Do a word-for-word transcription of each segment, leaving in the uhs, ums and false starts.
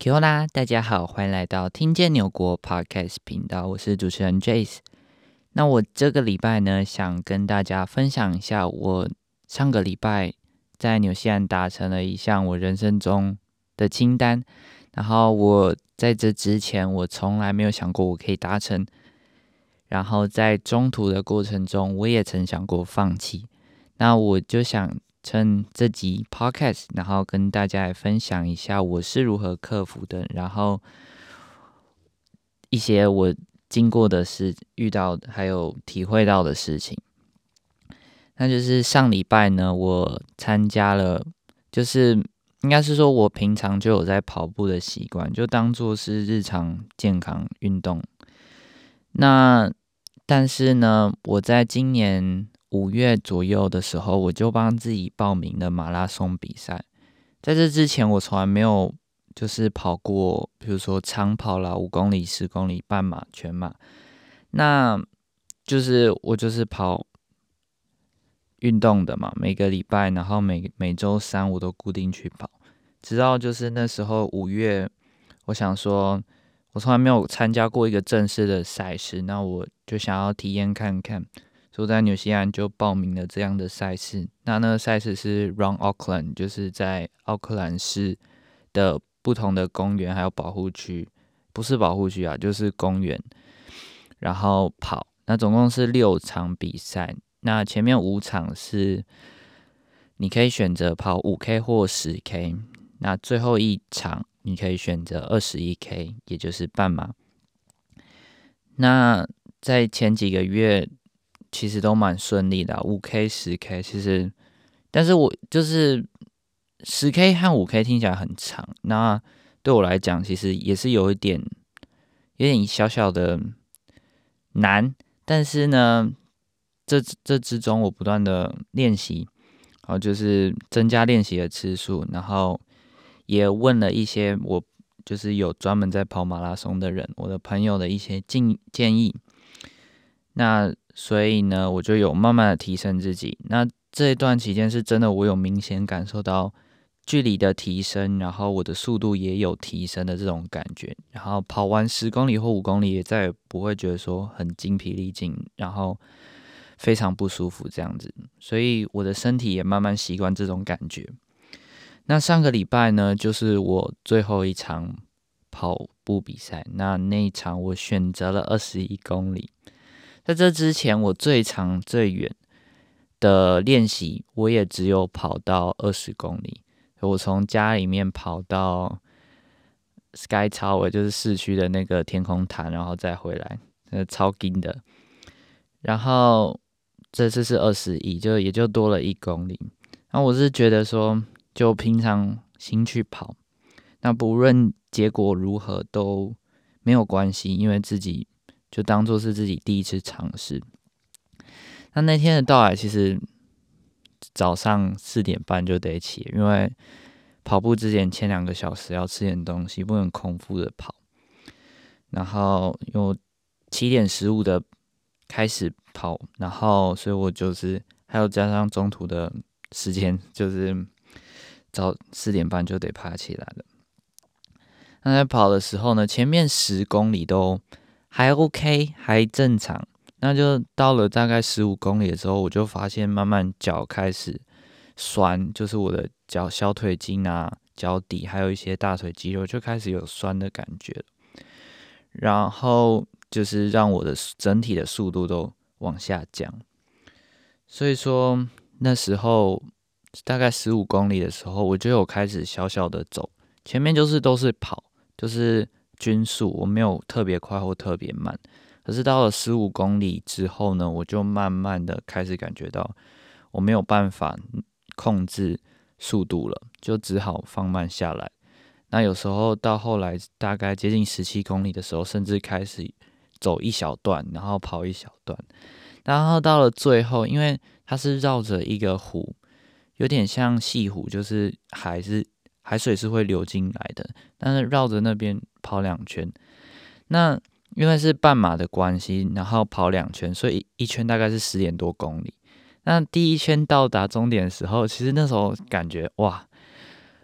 Q 啦，大家好，欢迎来到听见纽国 Podcast 频道，我是主持人 Jace。那我这个礼拜呢，想跟大家分享一下，我上个礼拜在纽西兰达成了一项我人生中的清单，然后我在这之前，我从来没有想过我可以达成，然后在中途的过程中，我也曾想过放弃。那我就想趁这集 podcast， 然后跟大家来分享一下我是如何克服的，然后一些我经过的事、遇到还有体会到的事情。那就是上礼拜呢，我参加了，就是应该是说我平常就有在跑步的习惯，就当做是日常健康运动。那但是呢，我在今年五月左右的时候，我就帮自己报名了马拉松比赛。在这之前，我从来没有就是跑过，比如说长跑啦，五公里、十公里、半马、全马。那就是我就是跑运动的嘛，每个礼拜，然后每每周三我都固定去跑。直到就是那时候五月，我想说，我从来没有参加过一个正式的赛事，那我就想要体验看看。所以我在纽西兰就报名了这样的赛事。那那个赛事是 Run Auckland， 就是在奥克兰市的不同的公园还有保护区，不是保护区啊，就是公园，然后跑。那总共是六场比赛。那前面五场是你可以选择跑五 K 或十 K， 那最后一场你可以选择二十一 K， 也就是半马。那在前几个月其实都蛮顺利的、啊，五 K、十 K 其实，但是我就是十 K 和五 K 听起来很长，那对我来讲其实也是有一点有点小小的难，但是呢，这这之中我不断的练习，然后就是增加练习的次数，然后也问了一些我就是有专门在跑马拉松的人，我的朋友的一些建建议。那所以呢，我就有慢慢的提升自己。那这一段期间是真的，我有明显感受到距离的提升，然后我的速度也有提升的这种感觉。然后跑完十公里或五公里，也再也不会觉得说很精疲力尽，然后非常不舒服这样子。所以我的身体也慢慢习惯这种感觉。那上个礼拜呢，就是我最后一场跑步比赛。那那一场我选择了二十一公里。在这之前，我最长最远的练习，我也只有跑到二十公里。我从家里面跑到 Sky Tower， 就是市区的那个天空潭，然后再回来，呃，超近的。然后这次是二十一，就也就多了一公里。那我是觉得说，就平常心去跑，那不论结果如何都没有关系，因为自己就当作是自己第一次尝试。那那天的到来，其实早上四点半就得起，因为跑步之前前两个小时要吃点东西，不能空腹的跑。然后有七点十五的开始跑，然后所以我就是还有加上中途的时间，就是早四点半就得爬起来了。那在跑的时候呢，前面十公里都还 OK， 还正常。那就到了大概十五公里的时候，我就发现慢慢脚开始酸，就是我的脚小腿筋啊、脚底还有一些大腿肌肉就开始有酸的感觉了。然后就是让我的整体的速度都往下降。所以说那时候大概十五公里的时候，我就有开始小小的走，前面就是都是跑，就是均速，我没有特别快或特别慢。可是到了十五公里之后呢，我就慢慢的开始感觉到我没有办法控制速度了，就只好放慢下来。那有时候到后来大概接近十七公里的时候，甚至开始走一小段，然后跑一小段。然后到了最后，因为它是绕着一个湖，有点像西湖，就是海是海水是会流进来的，但是绕着那边跑两圈。那因为是半马的关系，然后跑两圈，所以一圈大概是十点多公里。那第一圈到达终点的时候，其实那时候感觉哇，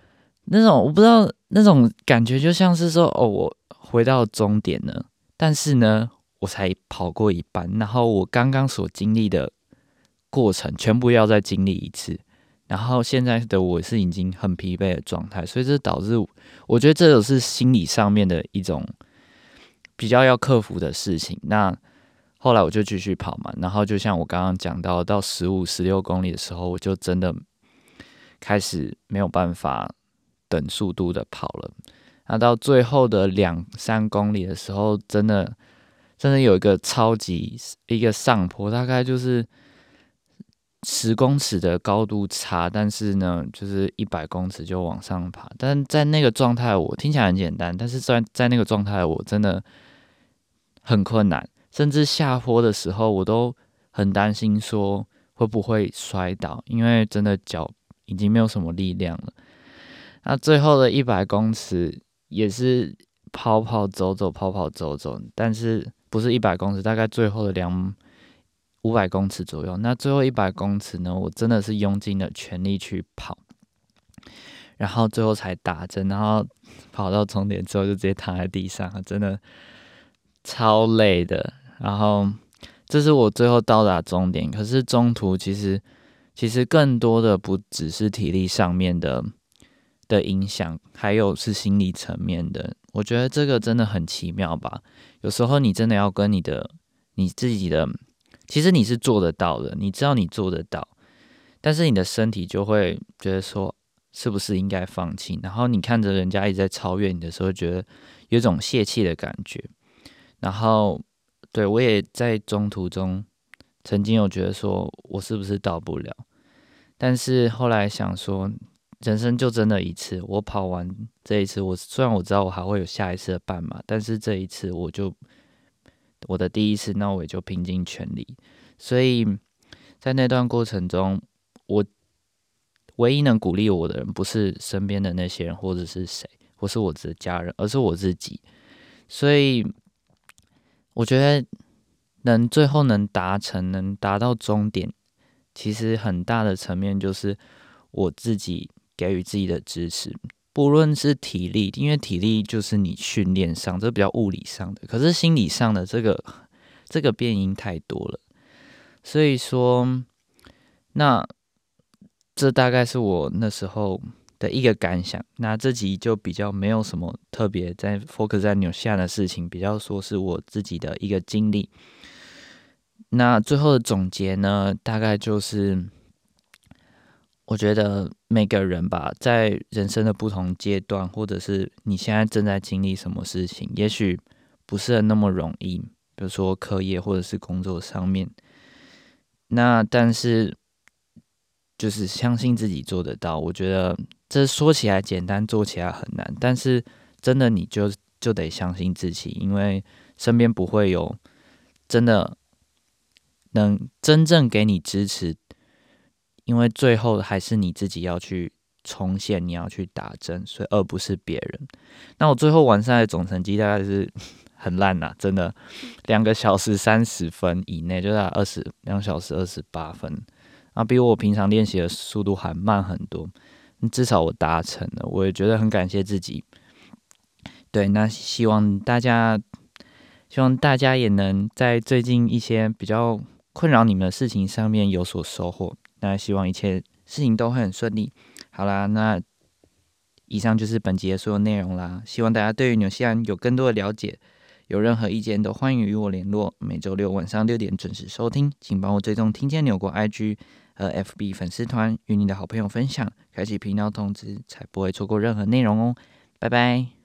那种我不知道那种感觉，就像是说哦，我回到终点了，但是呢，我才跑过一半，然后我刚刚所经历的过程全部要再经历一次，然后现在的我是已经很疲惫的状态，所以这导致我觉得这种是心理上面的一种比较要克服的事情。那后来我就继续跑嘛，然后就像我刚刚讲到，到十五、十六公里的时候，我就真的开始没有办法等速度的跑了。那到最后的两三公里的时候，真的真的有一个超级一个上坡，大概就是十公尺的高度差，但是呢，就是一百公尺就往上爬。但在那个状态，我听起来很简单，但是在在那个状态，我真的很困难，甚至下坡的时候，我都很担心说会不会摔倒，因为真的脚已经没有什么力量了。那最后的一百公尺也是跑跑走走，跑跑走走，但是不是一百公尺，大概最后的两五百公尺左右。那最后一百公尺呢，我真的是用尽了全力去跑，然后最后才打针，然后跑到终点之后就直接躺在地上，真的超累的。然后这是我最后到达终点，可是中途其实其实更多的不只是体力上面的的影响，还有是心理层面的。我觉得这个真的很奇妙吧。有时候你真的要跟你的你自己的，其实你是做得到的，你知道你做得到，但是你的身体就会觉得说，是不是应该放弃？然后你看着人家一直在超越你的时候，觉得有种泄气的感觉。然后，对我也在中途中曾经有觉得说，我是不是到不了？但是后来想说，人生就真的一次，我跑完这一次，我虽然我知道我还会有下一次的半马，但是这一次我就我的第一次，那我也就拼尽全力。所以在那段过程中，我唯一能鼓励我的人，不是身边的那些人，或者是谁，或是我的家人，而是我自己。所以我觉得能最后能达成，能达到终点，其实很大的层面就是我自己给予自己的支持，不论是体力，因为体力就是你训练上，这比较物理上的，可是心理上的这个这个变因太多了，所以说，那这大概是我那时候的一个感想。那这集就比较没有什么特别在 focus 在纽西兰的事情，比较说是我自己的一个经历。那最后的总结呢，大概就是我觉得每个人吧，在人生的不同阶段，或者是你现在正在经历什么事情，也许不是那么容易，比如说课业或者是工作上面。那但是就是相信自己做得到，我觉得这说起来简单，做起来很难。但是真的你就就得相信自己，因为身边不会有真的能真正给你支持，因为最后还是你自己要去冲线，你要去打针，所以而不是别人。那我最后完赛的总成绩大概是很烂啦，真的两个小时三十分以内，就在二十两小时二十八分。啊，比我平常练习的速度还慢很多，至少我达成了，我也觉得很感谢自己。对，那希望大家，希望大家也能在最近一些比较困扰你们的事情上面有所收获。那希望一切事情都会很顺利。好啦，那以上就是本集的所有内容啦。希望大家对于纽西兰有更多的了解，有任何意见都欢迎与我联络。每周六晚上六点准时收听，请帮我追踪听见纽国 I G 和 F B 粉丝团，与你的好朋友分享，开启频道通知，才不会错过任何内容哦。拜拜。